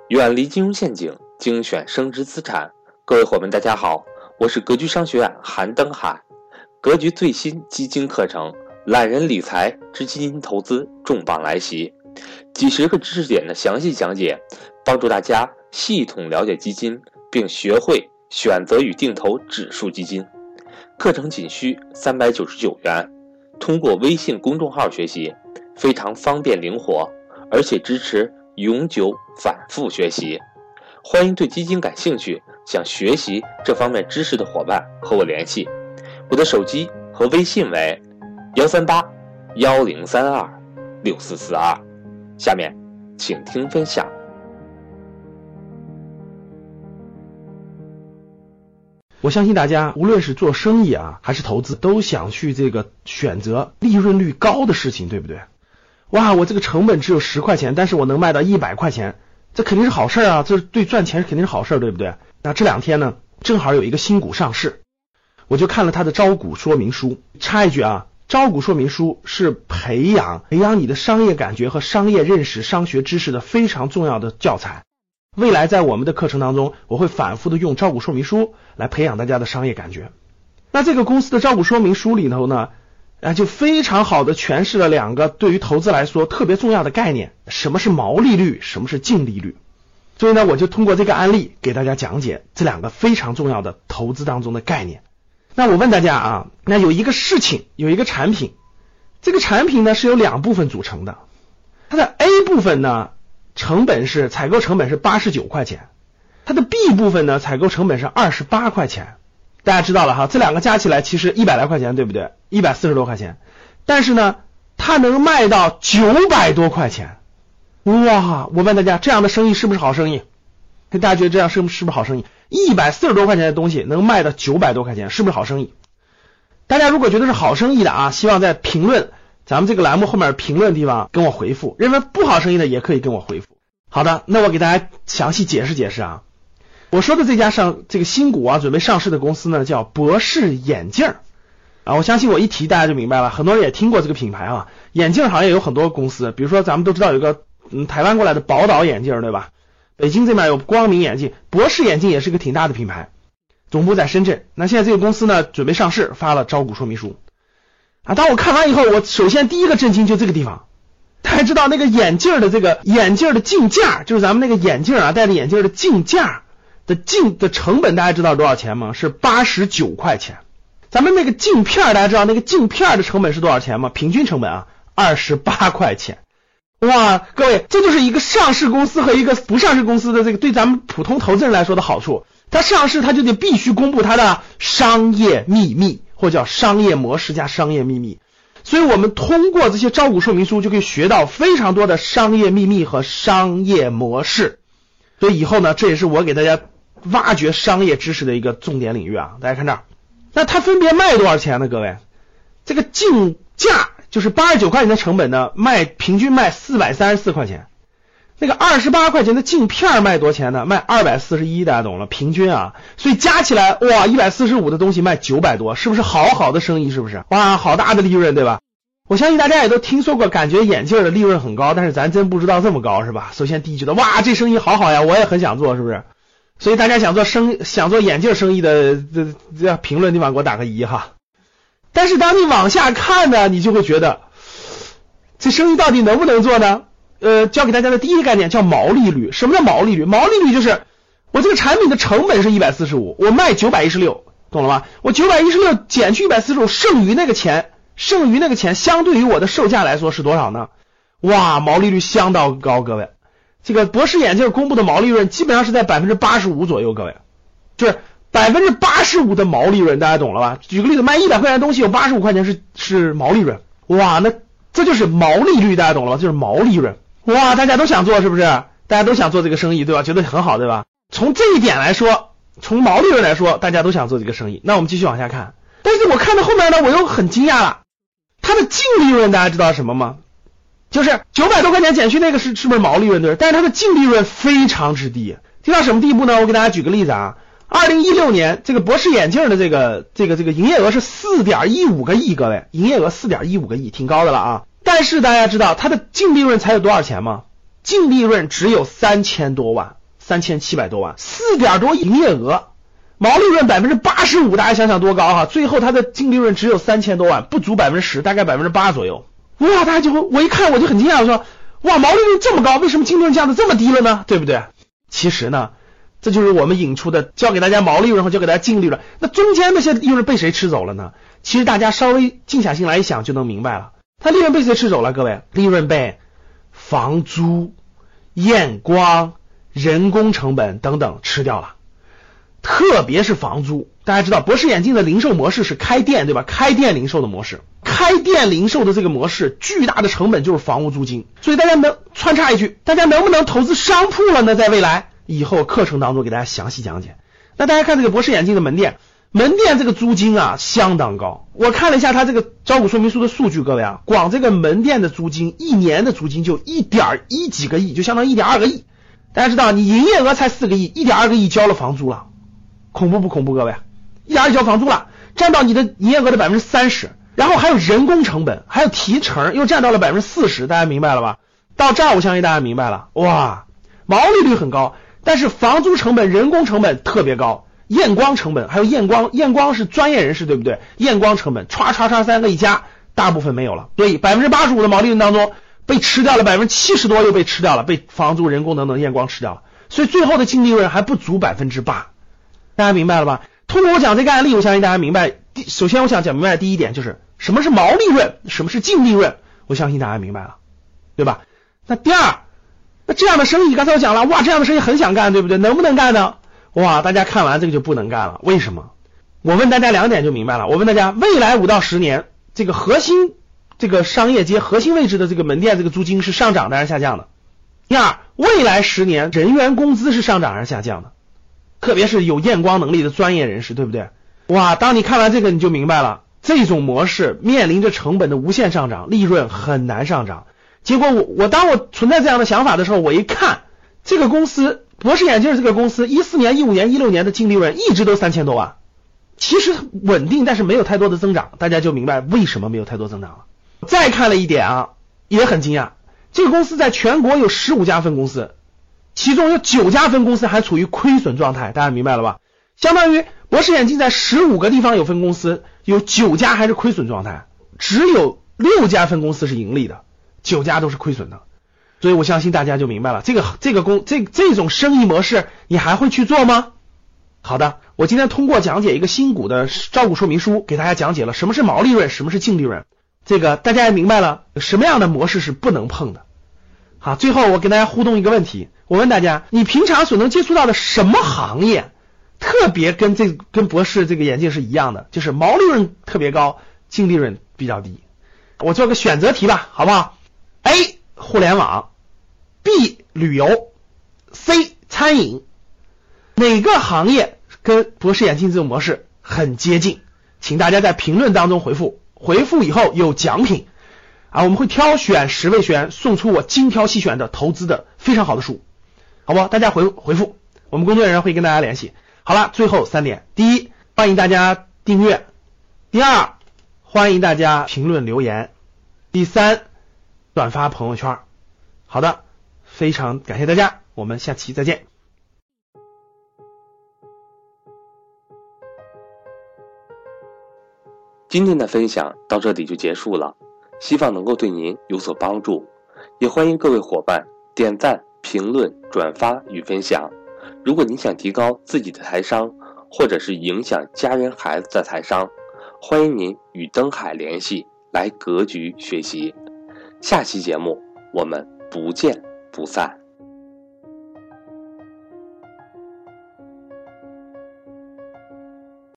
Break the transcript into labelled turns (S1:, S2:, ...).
S1: 远离金融陷阱，精选升值资产。各位伙伴大家好，我是格局商学院韩登海。格局最新基金课程懒人理财之基金投资重磅来袭，几十个知识点的详细讲解，帮助大家系统了解基金，并学会选择与定投指数基金。课程仅需399元，通过微信公众号学习，非常方便灵活，而且支持永久反复学习。欢迎对基金感兴趣，想学习这方面知识的伙伴和我联系。我的手机和微信为138-1032-6442。下面请听分享。
S2: 我相信大家无论是做生意还是投资，都想去选择利润率高的事情，对不对？哇，我这个成本只有10块钱，但是我能卖到100块钱，这肯定是好事啊，这对赚钱肯定是好事，对不对？那这两天呢，正好有一个新股上市，我就看了它的招股说明书。插一句招股说明书是培养你的商业感觉和商业认识、商学知识的非常重要的教材。未来在我们的课程当中，我会反复的用招股说明书来培养大家的商业感觉。那这个公司的招股说明书里头呢，就非常好的诠释了两个对于投资来说特别重要的概念，什么是毛利率，什么是净利率。所以呢，我就通过这个案例给大家讲解这两个非常重要的投资当中的概念。那我问大家那有一个事情，有一个产品，这个产品呢是由2部分组成的。它的 A 部分呢，采购成本是89块钱，它的 B 部分呢，采购成本是28块钱。大家知道了这两个加起来其实100来块钱，对不对？140多块钱，但是呢，它能卖到900多块钱。哇，我问大家，这样的生意是不是好生意？大家觉得这样是不是好生意？140多块钱的东西能卖到900多块钱，是不是好生意？大家如果觉得是好生意的希望在评论咱们这个栏目后面评论地方跟我回复，认为不好生意的也可以跟我回复。好的，那我给大家详细解释解释我说的这个新股准备上市的公司呢，叫博士眼镜我相信我一提大家就明白了，很多人也听过这个品牌眼镜行业有很多公司，比如说咱们都知道有个台湾过来的宝岛眼镜，对吧？北京这边有光明眼镜，博士眼镜也是个挺大的品牌，总部在深圳。那现在这个公司呢准备上市，发了招股说明书当我看完以后，我首先第一个震惊就这个地方。大家知道那个眼镜的镜架，就是咱们那个眼镜戴着眼镜的镜架的成本，大家知道多少钱吗？是89块钱。咱们那个镜片，大家知道那个镜片的成本是多少钱吗？平均成本28块钱。哇，各位，这就是一个上市公司和一个不上市公司的这个对咱们普通投资人来说的好处。它上市，它就得必须公布它的商业秘密，或者叫商业模式加商业秘密。所以我们通过这些招股说明书就可以学到非常多的商业秘密和商业模式。所以以后呢，这也是我给大家挖掘商业知识的一个重点领域大家看这儿，那它分别卖多少钱呢？各位，这个镜架就是89块钱的成本呢，平均卖434块钱。那个28块钱的镜片卖多少钱呢？卖241，大家懂了，平均所以加起来哇，145的东西卖900多，是不是好的生意？是不是？哇，好大的利润，对吧？我相信大家也都听说过，感觉眼镜的利润很高，但是咱真不知道这么高，是吧？首先第一觉得哇，这生意好呀，我也很想做，是不是？所以大家想做眼镜生意的，这评论地方给我打个1但是当你往下看呢，你就会觉得这生意到底能不能做呢？教给大家的第一个概念叫毛利率。什么叫毛利率？毛利率就是我这个产品的成本是145，我卖916，懂了吗？我916减去145，剩余那个钱相对于我的售价来说是多少呢？哇，毛利率相当高，各位。这个博士眼镜公布的毛利润基本上是在 85% 左右，各位，就是 85% 的毛利润，大家懂了吧？举个例子，卖100块钱的东西有85块钱是毛利润。哇，那这就是毛利率，大家懂了吧？就是毛利润。哇，大家都想做，是不是？大家都想做这个生意，对吧？觉得很好，对吧？从这一点来说，从毛利润来说，大家都想做这个生意。那我们继续往下看。但是我看到后面呢，我又很惊讶了。它的净利润大家知道什么吗？就是900多块钱减去那个是不是毛利润，对吧？但是它的净利润非常之低，低到什么地步呢？我给大家举个例子2016年这个博士眼镜的这个营业额是 4.15 个亿，各位，营业额 4.15 个亿，挺高的了但是大家知道它的净利润才有多少钱吗？净利润只有3000多万， 3700多万，4点多营业额，毛利润85%，大家想想多高哈！最后它的净利润只有3000多万，不足10%，大概8%左右。哇，大家就我一看我就很惊讶，我说哇，毛利润这么高，为什么净利润降得这么低了呢？对不对？其实呢，这就是我们引出的，教给大家毛利润和教给大家净利润，那中间那些利润被谁吃走了呢？其实大家稍微静下心来一想就能明白了，它利润被谁吃走了？各位，利润被房租、验光、人工成本等等吃掉了。特别是房租，大家知道博士眼镜的零售模式是开店，对吧？开店零售的模式，开店零售的这个模式巨大的成本就是房屋租金。所以大家能穿插一句，大家能不能投资商铺了呢？在未来以后课程当中给大家详细讲解。那大家看这个博士眼镜的门店这个租金啊相当高，我看了一下它这个招股说明书的数据，各位啊，光这个门店的租金一年的租金就1.1几个亿，就相当于1.2个亿。大家知道你营业额才4个亿，1.2个亿交了房租了，恐怖不恐怖？各位，1.2亿交房租了，占到你的营业额的30%，然后还有人工成本，还有提成又占到了40%，大家明白了吧？到这儿我相信大家明白了，哇，毛利率很高，但是房租成本、人工成本特别高，验光成本还有验光是专业人士，对不对？验光成本3个一加，大部分没有了，所以85%的毛利润当中被吃掉了，70%多又被吃掉了，被房租、人工等等验光吃掉了，所以最后的净利润还不足8%，大家明白了吧？通过我讲这个案例，我相信大家明白。首先我想讲明白的第一点就是什么是毛利润，什么是净利润，我相信大家明白了，对吧？那第二，那这样的生意刚才我讲了，哇，这样的生意很想干，对不对？能不能干呢？哇，大家看完这个就不能干了，为什么？我问大家2点就明白了。我问大家，未来5到10年这个核心这个商业街核心位置的这个门店这个租金是上涨的还是下降的？第二，未来10年人员工资是上涨还是下降的？特别是有验光能力的专业人士，对不对？哇，当你看完这个你就明白了，这种模式面临着成本的无限上涨，利润很难上涨。结果当我存在这样的想法的时候，我一看这个公司博士眼镜这个公司14年、15年、16年的净利润一直都3000多万，其实稳定，但是没有太多的增长，大家就明白为什么没有太多增长了。再看了一点啊，也很惊讶，这个公司在全国有15家分公司，其中有9家分公司还处于亏损状态，大家明白了吧？相当于博士眼镜在15个地方有分公司，有9家还是亏损状态，只有6家分公司是盈利的，9家都是亏损的。所以我相信大家就明白了，这种生意模式你还会去做吗？好的，我今天通过讲解一个新股的招股说明书，给大家讲解了什么是毛利润，什么是净利润，这个大家也明白了什么样的模式是不能碰的。好，最后我给大家互动一个问题，我问大家，你平常所能接触到的什么行业特别跟博士这个眼镜是一样的，就是毛利润特别高，净利润比较低？我做个选择题吧，好不好？ A 互联网， B 旅游， C 餐饮，哪个行业跟博士眼镜这种模式很接近？请大家在评论当中回复以后有奖品啊，我们会挑选10位学员送出我精挑细选的投资的非常好的书，好不好？大家回复，我们工作人员会跟大家联系。好了，最后3点，第一，欢迎大家订阅；第二，欢迎大家评论留言；第三，转发朋友圈。好的，非常感谢大家，我们下期再见。
S1: 今天的分享到这里就结束了，希望能够对您有所帮助，也欢迎各位伙伴点赞、评论、转发与分享。如果您想提高自己的财商，或者是影响家人孩子的财商，欢迎您与登海联系，来格局学习。下期节目我们不见不散。